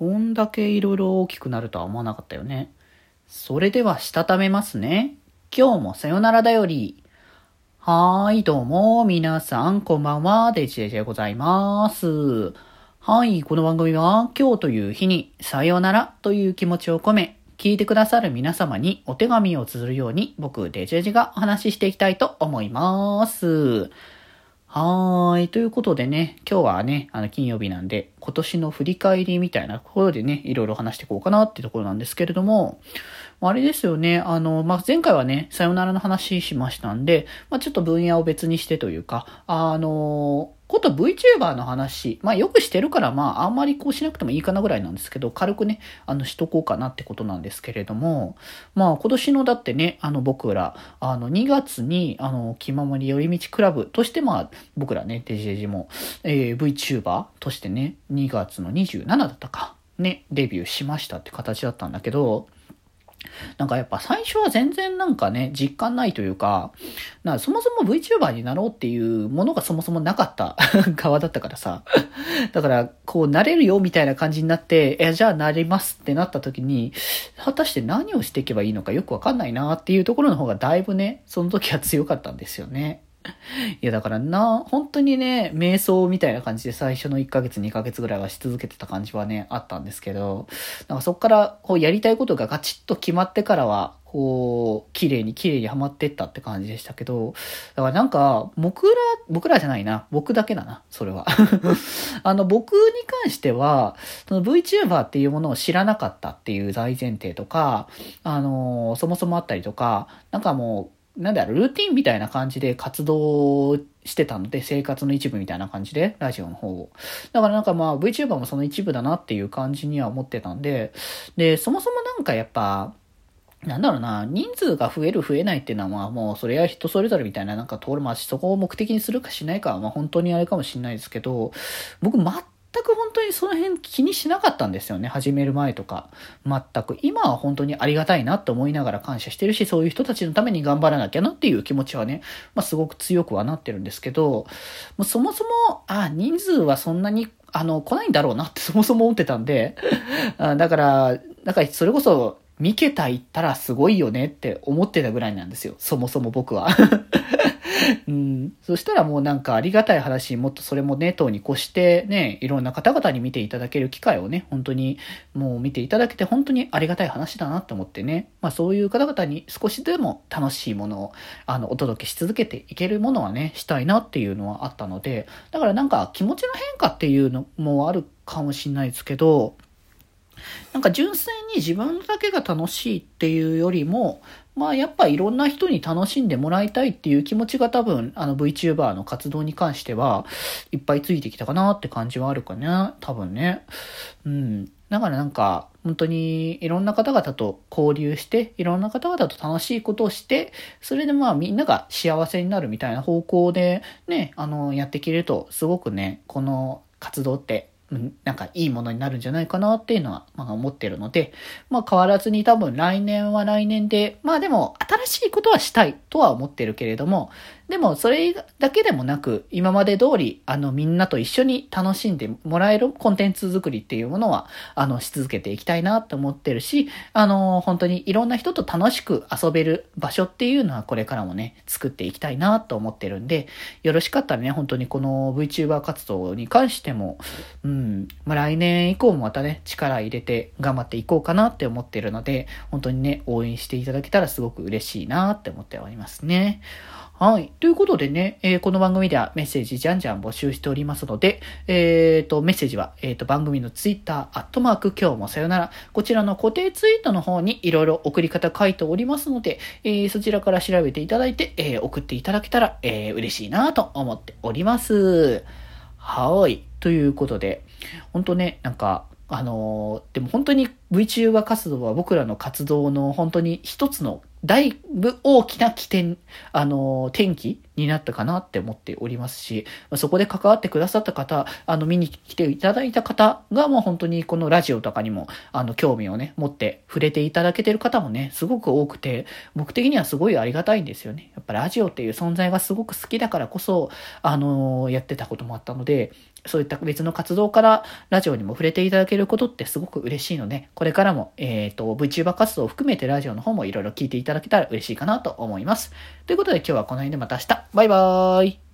こんだけいろいろ大きくなるとは思わなかったよね。それではしたためますね。今日もさよならだより。はーい、どうも、皆さん、こんばんは、デジデジでございます。はい、この番組は、今日という日に、さよならという気持ちを込め、聞いてくださる皆様にお手紙を綴るように、僕、デジデジがお話ししていきたいと思います。はーい。ということでね、今日はね、金曜日なんで、今年の振り返りみたいなところでね、いろいろ話していこうかなっていうところなんですけれども、あれですよね、前回はね、さよならの話しましたんで、ちょっと分野を別にしてというか、こと VTuber の話、よくしてるから、あんまりこうしなくてもいいかなぐらいなんですけど、軽くね、しとこうかなってことなんですけれども、今年のだってね、僕ら、2月に、気ままに寄り道クラブとして、僕らね、デジデジも、VTuber としてね、2月の27だったか、ね、デビューしましたって形だったんだけど、なんかやっぱ最初は全然なんかね、実感ないというか、そもそも VTuber になろうっていうものがそもそもなかった側だったからさ。だから、こうなれるよみたいな感じになって、じゃあなりますってなった時に、果たして何をしていけばいいのかよくわかんないなっていうところの方がだいぶね、その時は強かったんですよね。いやだから本当にね、瞑想みたいな感じで最初の1ヶ月2ヶ月ぐらいはし続けてた感じはね、あったんですけど、なんかそっからこうやりたいことがガチッと決まってからは、こう、綺麗にはまってったって感じでしたけど、だからなんか、僕らじゃないな、僕だけだな、それは。僕に関しては、その VTuber っていうものを知らなかったっていう大前提とか、そもそもあったりとか、なんかもう、ルーティンみたいな感じで活動してたので、生活の一部みたいな感じで、ラジオの方を。だからなんかVTuber もその一部だなっていう感じには思ってたんで、で、そもそもなんかやっぱ、人数が増える増えないっていうのはもうそれは人それぞれみたいなそこを目的にするかしないかは本当にあれかもしれないですけど、僕全く本当にその辺気にしなかったんですよね。始める前とか。全く。今は本当にありがたいなと思いながら感謝してるし、そういう人たちのために頑張らなきゃなっていう気持ちはね、すごく強くはなってるんですけど、もうそもそも、人数はそんなに、来ないんだろうなってそもそも思ってたんで、だからそれこそ、三桁行ったらすごいよねって思ってたぐらいなんですよ。そもそも僕は。そしたらもうなんかありがたい話、もっとそれもね、等に越してね、いろんな方々に見ていただける機会をね、本当にもう見ていただけて本当にありがたい話だなって思ってね、そういう方々に少しでも楽しいものをお届けし続けていけるものはね、したいなっていうのはあったので、だからなんか気持ちの変化っていうのもあるかもしれないですけど、なんか純粋に自分だけが楽しいっていうよりも、やっぱいろんな人に楽しんでもらいたいっていう気持ちが多分、VTuber の活動に関してはいっぱいついてきたかなって感じはあるかな、多分ね。だからなんか、本当にいろんな方々と交流して、いろんな方々と楽しいことをして、それでみんなが幸せになるみたいな方向でね、やっていけると、すごくね、この活動って、なんかいいものになるんじゃないかなっていうのは、思ってるので、変わらずに多分来年は来年で、でも新しいことはしたいとは思ってるけれども、でもそれだけでもなく、今まで通り、みんなと一緒に楽しんでもらえるコンテンツ作りっていうものは、し続けていきたいなと思ってるし、本当にいろんな人と楽しく遊べる場所っていうのはこれからもね、作っていきたいなと思ってるんで、よろしかったらね、本当にこの VTuber 活動に関しても、来年以降もまたね、力入れて頑張っていこうかなって思ってるので、本当にね、応援していただけたらすごく嬉しいなって思っておりますね。はい。ということでね、この番組ではメッセージじゃんじゃん募集しておりますので、メッセージは、番組のツイッター、今日もさよなら、こちらの固定ツイートの方にいろいろ送り方書いておりますので、そちらから調べていただいて、送っていただけたら、嬉しいなと思っております。はい。ということで、本当ね、なんか、でも本当に VTuber 活動は僕らの活動の本当に一つのだいぶ大きな起点、転機になったかなって思っておりますし、そこで関わってくださった方、見に来ていただいた方がもう本当にこのラジオとかにも、興味をね、持って触れていただけてる方もね、すごく多くて、僕的にはすごいありがたいんですよね。やっぱラジオっていう存在がすごく好きだからこそ、やってたこともあったので、 そういった別の活動からラジオにも触れていただけることってすごく嬉しいので、これからも、VTuber 活動を含めてラジオの方もいろいろ聞いていただけたら嬉しいかなと思います。ということで今日はこの辺でまた明日。バイバーイ。